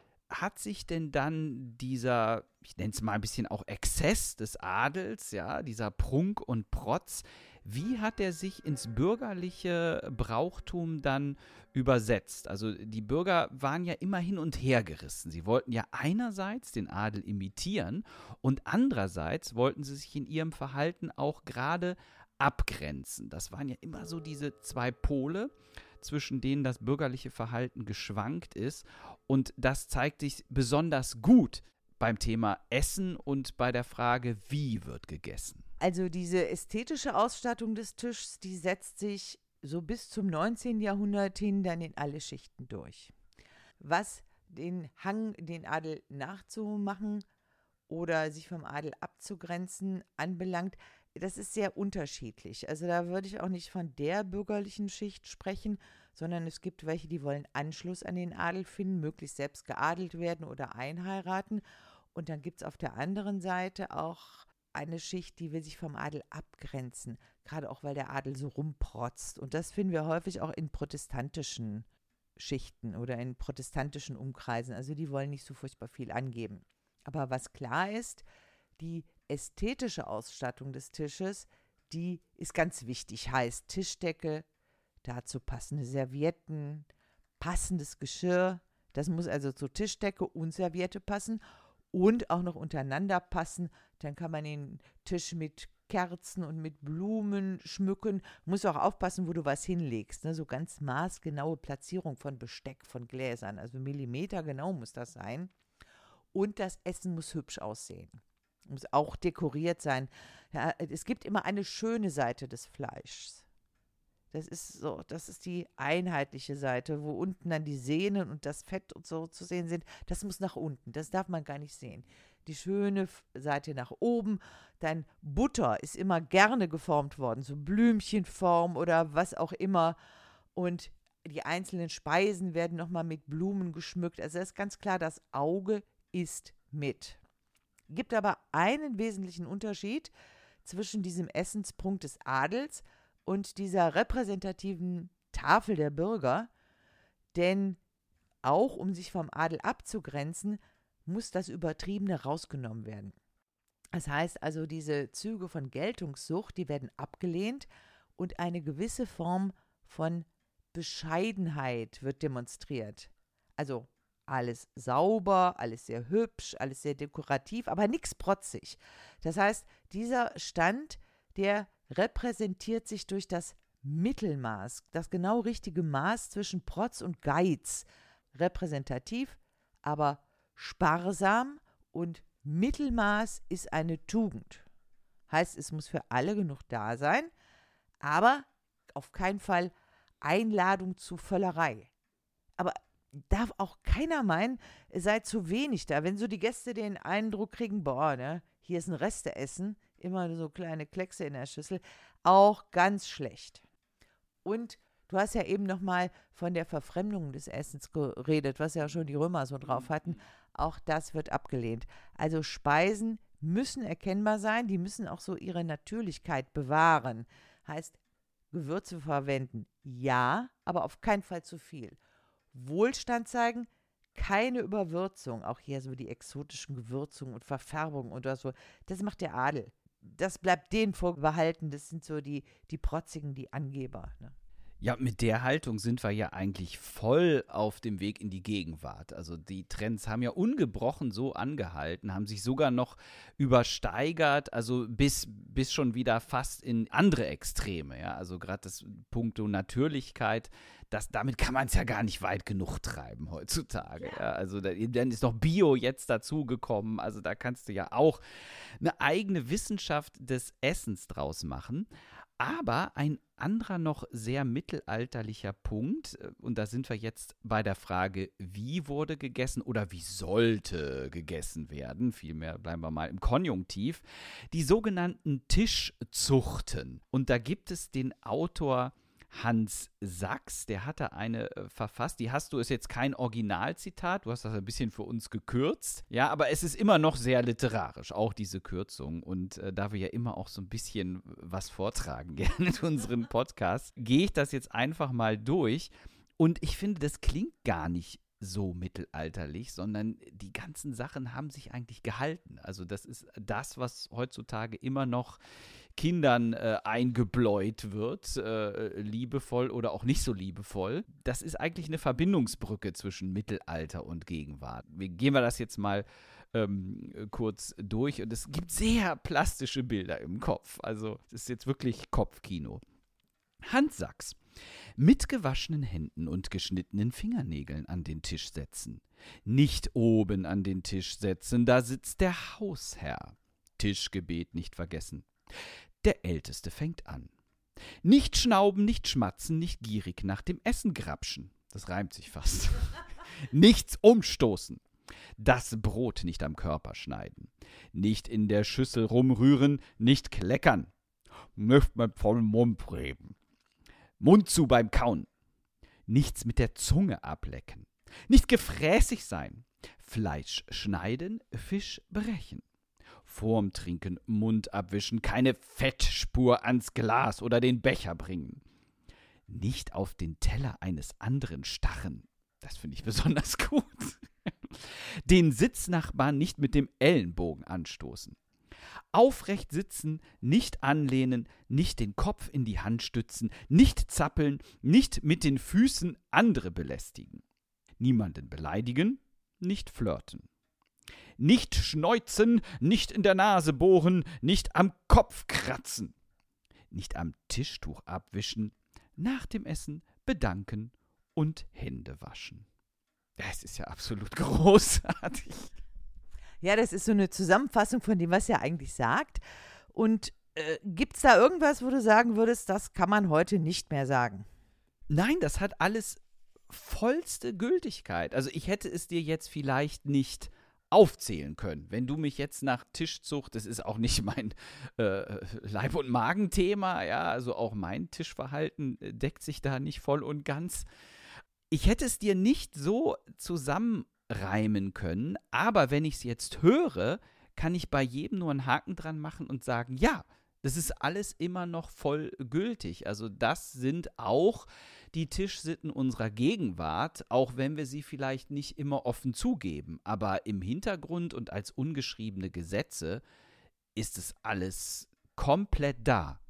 hat sich denn dann dieser, ich nenne es mal ein bisschen auch Exzess des Adels, ja, dieser Prunk und Protz, wie hat er sich ins bürgerliche Brauchtum dann übersetzt? Also die Bürger waren ja immer hin und her gerissen. Sie wollten ja einerseits den Adel imitieren und andererseits wollten sie sich in ihrem Verhalten auch gerade abgrenzen. Das waren ja immer so diese zwei Pole, zwischen denen das bürgerliche Verhalten geschwankt ist. Und das zeigt sich besonders gut beim Thema Essen und bei der Frage, wie wird gegessen. Also diese ästhetische Ausstattung des Tisches, die setzt sich so bis zum neunzehnten Jahrhundert hin dann in alle Schichten durch. Was den Hang, den Adel nachzumachen oder sich vom Adel abzugrenzen anbelangt, das ist sehr unterschiedlich. Also da würde ich auch nicht von der bürgerlichen Schicht sprechen, sondern es gibt welche, die wollen Anschluss an den Adel finden, möglichst selbst geadelt werden oder einheiraten. Und dann gibt es auf der anderen Seite auch eine Schicht, die will sich vom Adel abgrenzen, gerade auch, weil der Adel so rumprotzt. Und das finden wir häufig auch in protestantischen Schichten oder in protestantischen Umkreisen. Also die wollen nicht so furchtbar viel angeben. Aber was klar ist, die ästhetische Ausstattung des Tisches, die ist ganz wichtig, heißt Tischdecke, dazu passende Servietten, passendes Geschirr, das muss also zur Tischdecke und Serviette passen und auch noch untereinander passen, dann kann man den Tisch mit Kerzen und mit Blumen schmücken, muss auch aufpassen, wo du was hinlegst, ne? So ganz maßgenaue Platzierung von Besteck, von Gläsern, also Millimeter genau muss das sein und das Essen muss hübsch aussehen. Muss auch dekoriert sein. Ja, es gibt immer eine schöne Seite des Fleischs. Das ist so, das ist die einheitliche Seite, wo unten dann die Sehnen und das Fett und so zu sehen sind. Das muss nach unten, das darf man gar nicht sehen. Die schöne Seite nach oben. Dann Butter ist immer gerne geformt worden, so Blümchenform oder was auch immer. Und die einzelnen Speisen werden nochmal mit Blumen geschmückt. Also das ist ganz klar, das Auge isst mit. Gibt aber einen wesentlichen Unterschied zwischen diesem Essenspunkt des Adels und dieser repräsentativen Tafel der Bürger, denn auch um sich vom Adel abzugrenzen, muss das Übertriebene rausgenommen werden. Das heißt also, diese Züge von Geltungssucht, die werden abgelehnt und eine gewisse Form von Bescheidenheit wird demonstriert. Also alles sauber, alles sehr hübsch, alles sehr dekorativ, aber nichts protzig. Das heißt, dieser Stand, der repräsentiert sich durch das Mittelmaß, das genau richtige Maß zwischen Protz und Geiz. Repräsentativ, aber sparsam, und Mittelmaß ist eine Tugend. Heißt, es muss für alle genug da sein, aber auf keinen Fall Einladung zu Völlerei. Aber darf auch keiner meinen, es sei zu wenig da. Wenn so die Gäste den Eindruck kriegen, boah, ne, hier ist ein Resteessen, immer so kleine Kleckse in der Schüssel, auch ganz schlecht. Und du hast ja eben nochmal von der Verfremdung des Essens geredet, was ja schon die Römer so drauf hatten. Auch das wird abgelehnt. Also Speisen müssen erkennbar sein, die müssen auch so ihre Natürlichkeit bewahren. Heißt, Gewürze verwenden, ja, aber auf keinen Fall zu viel. Wohlstand zeigen, keine Überwürzung. Auch hier so die exotischen Gewürzungen und Verfärbungen oder so. Das macht der Adel. Das bleibt denen vorbehalten. Das sind so die, die Protzigen, die Angeber, ne? Ja, mit der Haltung sind wir ja eigentlich voll auf dem Weg in die Gegenwart. Also die Trends haben ja ungebrochen so angehalten, haben sich sogar noch übersteigert, also bis, bis schon wieder fast in andere Extreme. Ja? Also gerade das Punkto Natürlichkeit, das, damit kann man es ja gar nicht weit genug treiben heutzutage. Ja. Ja? Also da, dann ist noch Bio jetzt dazugekommen. Also da kannst du ja auch eine eigene Wissenschaft des Essens draus machen. Aber ein anderer noch sehr mittelalterlicher Punkt, und da sind wir jetzt bei der Frage, wie wurde gegessen oder wie sollte gegessen werden, vielmehr bleiben wir mal im Konjunktiv, die sogenannten Tischzuchten. Und da gibt es den Autor Hans Sachs, der hatte eine äh, verfasst, die hast du, ist jetzt kein Originalzitat, du hast das ein bisschen für uns gekürzt, ja, aber es ist immer noch sehr literarisch, auch diese Kürzung, und äh, da wir ja immer auch so ein bisschen was vortragen gerne in unserem Podcast, gehe ich das jetzt einfach mal durch, und ich finde, das klingt gar nicht so mittelalterlich, sondern die ganzen Sachen haben sich eigentlich gehalten. Also das ist das, was heutzutage immer noch Kindern äh, eingebläut wird, äh, liebevoll oder auch nicht so liebevoll. Das ist eigentlich eine Verbindungsbrücke zwischen Mittelalter und Gegenwart. Wir gehen wir das jetzt mal ähm, kurz durch, und es gibt sehr plastische Bilder im Kopf. Also es ist jetzt wirklich Kopfkino. Hans Sachs. Mit gewaschenen Händen und geschnittenen Fingernägeln an den Tisch setzen. Nicht oben an den Tisch setzen, da sitzt der Hausherr. Tischgebet nicht vergessen. Der Älteste fängt an. Nicht schnauben, nicht schmatzen, nicht gierig nach dem Essen grapschen. Das reimt sich fast. Nichts umstoßen. Das Brot nicht am Körper schneiden. Nicht in der Schüssel rumrühren, nicht kleckern. Nicht mit vollem Mund reden. Mund zu beim Kauen. Nichts mit der Zunge ablecken. Nicht gefräßig sein. Fleisch schneiden, Fisch brechen. Vorm Trinken Mund abwischen, keine Fettspur ans Glas oder den Becher bringen. Nicht auf den Teller eines anderen starren. Das finde ich besonders gut. Den Sitznachbarn nicht mit dem Ellenbogen anstoßen. Aufrecht sitzen, nicht anlehnen, nicht den Kopf in die Hand stützen, nicht zappeln, nicht mit den Füßen andere belästigen. Niemanden beleidigen, nicht flirten. Nicht schneuzen, nicht in der Nase bohren, nicht am Kopf kratzen. Nicht am Tischtuch abwischen, nach dem Essen bedanken und Hände waschen. Das ist ja absolut großartig. Ja, das ist so eine Zusammenfassung von dem, was er eigentlich sagt. Und Äh, Gibt es da irgendwas, wo du sagen würdest, das kann man heute nicht mehr sagen? Nein, das hat alles vollste Gültigkeit. Also ich hätte es dir jetzt vielleicht nicht aufzählen können. Wenn du mich jetzt nach Tischzucht, das ist auch nicht mein äh, Leib- und Magenthema, ja, also auch mein Tischverhalten deckt sich da nicht voll und ganz. Ich hätte es dir nicht so zusammenreimen können, aber wenn ich es jetzt höre, kann ich bei jedem nur einen Haken dran machen und sagen, ja, das ist alles immer noch voll gültig. Also das sind auch die Tischsitten unserer Gegenwart, auch wenn wir sie vielleicht nicht immer offen zugeben. Aber im Hintergrund und als ungeschriebene Gesetze ist es alles komplett da.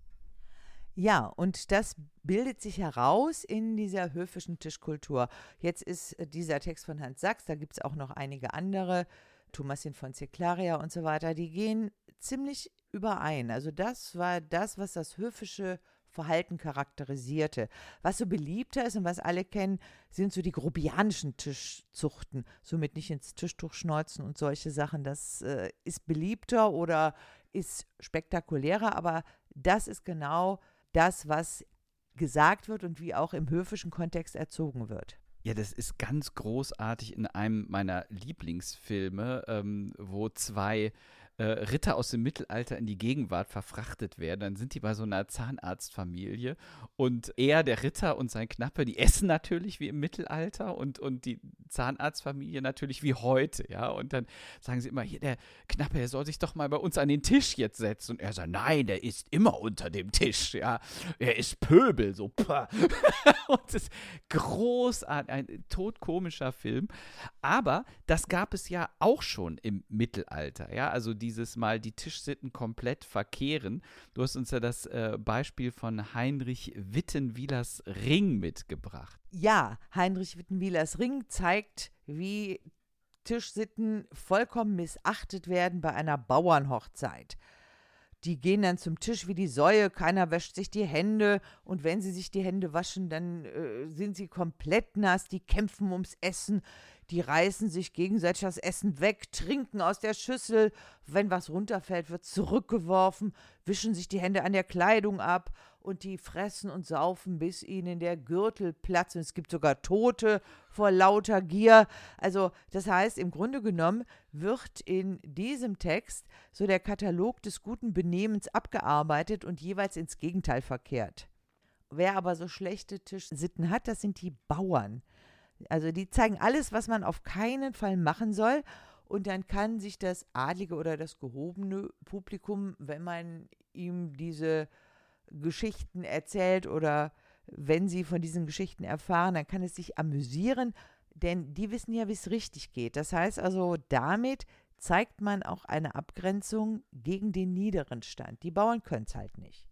Ja, und das bildet sich heraus in dieser höfischen Tischkultur. Jetzt ist dieser Text von Hans Sachs, da gibt es auch noch einige andere, Thomasin von Ceclaria und so weiter, die gehen ziemlich überein. Also das war das, was das höfische Verhalten charakterisierte. Was so beliebter ist und was alle kennen, sind so die grobianischen Tischzuchten. Somit nicht ins Tischtuch schneuzen und solche Sachen. Das äh, ist beliebter oder ist spektakulärer, aber das ist genau das, was gesagt wird und wie auch im höfischen Kontext erzogen wird. Ja, das ist ganz großartig in einem meiner Lieblingsfilme, ähm, wo zwei äh, Ritter aus dem Mittelalter in die Gegenwart verfrachtet werden. Dann sind die bei so einer Zahnarztfamilie und er, der Ritter und sein Knappe, die essen natürlich wie im Mittelalter und, und die Zahnarztfamilie natürlich wie heute, ja. Und dann sagen sie immer, hier, der Knappe, der soll sich doch mal bei uns an den Tisch jetzt setzen. Und er sagt, nein, der isst immer unter dem Tisch, ja. Er ist Pöbel, so, pah. Und das ist großartig, ein todkomischer Film. Aber das gab es ja auch schon im Mittelalter, ja. Also dieses Mal die Tischsitten komplett verkehren. Du hast uns ja das äh, Beispiel von Heinrich Wittenwielers Ring mitgebracht. Ja, Heinrich Wittenwielers Ring zeigt, wie Tischsitten vollkommen missachtet werden bei einer Bauernhochzeit. Die gehen dann zum Tisch wie die Säue, keiner wäscht sich die Hände und wenn sie sich die Hände waschen, dann äh, sind sie komplett nass, die kämpfen ums Essen, die reißen sich gegenseitig das Essen weg, trinken aus der Schüssel, wenn was runterfällt, wird zurückgeworfen, wischen sich die Hände an der Kleidung ab und die fressen und saufen, bis ihnen der Gürtel platzt und es gibt sogar Tote vor lauter Gier. Also das heißt, im Grunde genommen wird in diesem Text so der Katalog des guten Benehmens abgearbeitet und jeweils ins Gegenteil verkehrt. Wer aber so schlechte Tischsitten hat, das sind die Bauern. Also die zeigen alles, was man auf keinen Fall machen soll und dann kann sich das adlige oder das gehobene Publikum, wenn man ihm diese Geschichten erzählt oder wenn sie von diesen Geschichten erfahren, dann kann es sich amüsieren, denn die wissen ja, wie es richtig geht. Das heißt also, damit zeigt man auch eine Abgrenzung gegen den niederen Stand. Die Bauern können es halt nicht.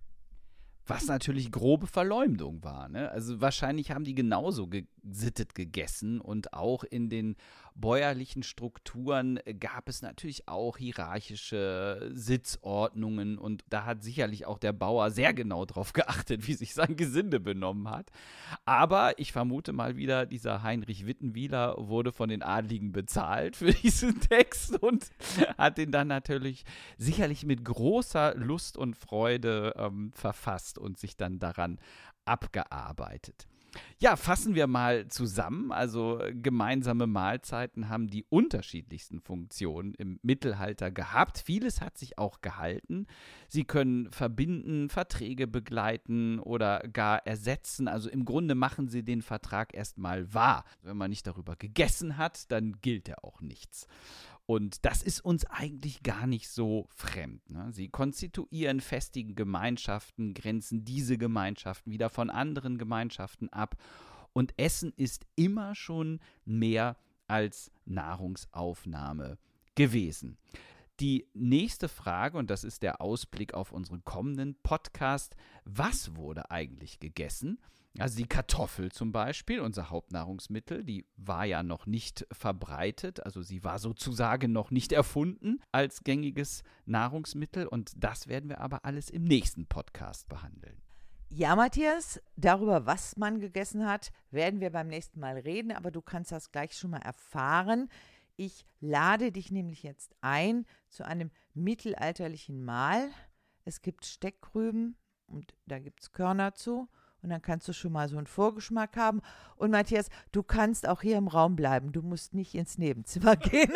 Was natürlich grobe Verleumdung war, ne? Also wahrscheinlich haben die genauso gesittet gegessen und auch in den bäuerlichen Strukturen gab es natürlich auch hierarchische Sitzordnungen und da hat sicherlich auch der Bauer sehr genau drauf geachtet, wie sich sein Gesinde benommen hat. Aber ich vermute mal wieder, dieser Heinrich Wittenwieler wurde von den Adligen bezahlt für diesen Text und hat den dann natürlich sicherlich mit großer Lust und Freude ähm, verfasst und sich dann daran abgearbeitet. Ja, fassen wir mal zusammen. Also gemeinsame Mahlzeiten haben die unterschiedlichsten Funktionen im Mittelalter gehabt. Vieles hat sich auch gehalten. Sie können verbinden, Verträge begleiten oder gar ersetzen. Also im Grunde machen sie den Vertrag erstmal wahr. Wenn man nicht darüber gegessen hat, dann gilt er auch nichts. Und das ist uns eigentlich gar nicht so fremd, ne? Sie konstituieren festige Gemeinschaften, grenzen diese Gemeinschaften wieder von anderen Gemeinschaften ab. Und Essen ist immer schon mehr als Nahrungsaufnahme gewesen. Die nächste Frage, und das ist der Ausblick auf unseren kommenden Podcast: Was wurde eigentlich gegessen? Also die Kartoffel zum Beispiel, unser Hauptnahrungsmittel, die war ja noch nicht verbreitet, also sie war sozusagen noch nicht erfunden als gängiges Nahrungsmittel und das werden wir aber alles im nächsten Podcast behandeln. Ja, Matthias, darüber, was man gegessen hat, werden wir beim nächsten Mal reden, aber du kannst das gleich schon mal erfahren. Ich lade dich nämlich jetzt ein zu einem mittelalterlichen Mahl Es gibt Steckrüben und da gibt es Körner zu. Und dann kannst du schon mal so einen Vorgeschmack haben. Und Matthias, du kannst auch hier im Raum bleiben. Du musst nicht ins Nebenzimmer gehen.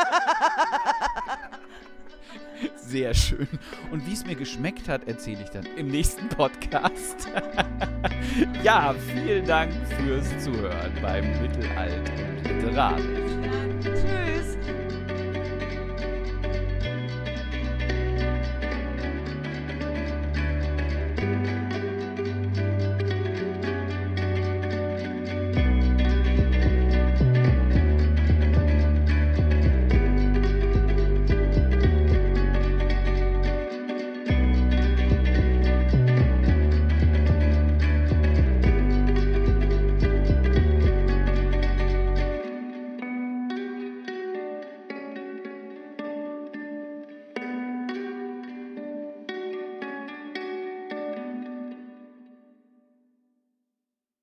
Sehr schön. Und wie es mir geschmeckt hat, erzähle ich dann im nächsten Podcast. Ja, vielen Dank fürs Zuhören beim Mittelalt und Literarisch. Tschüss.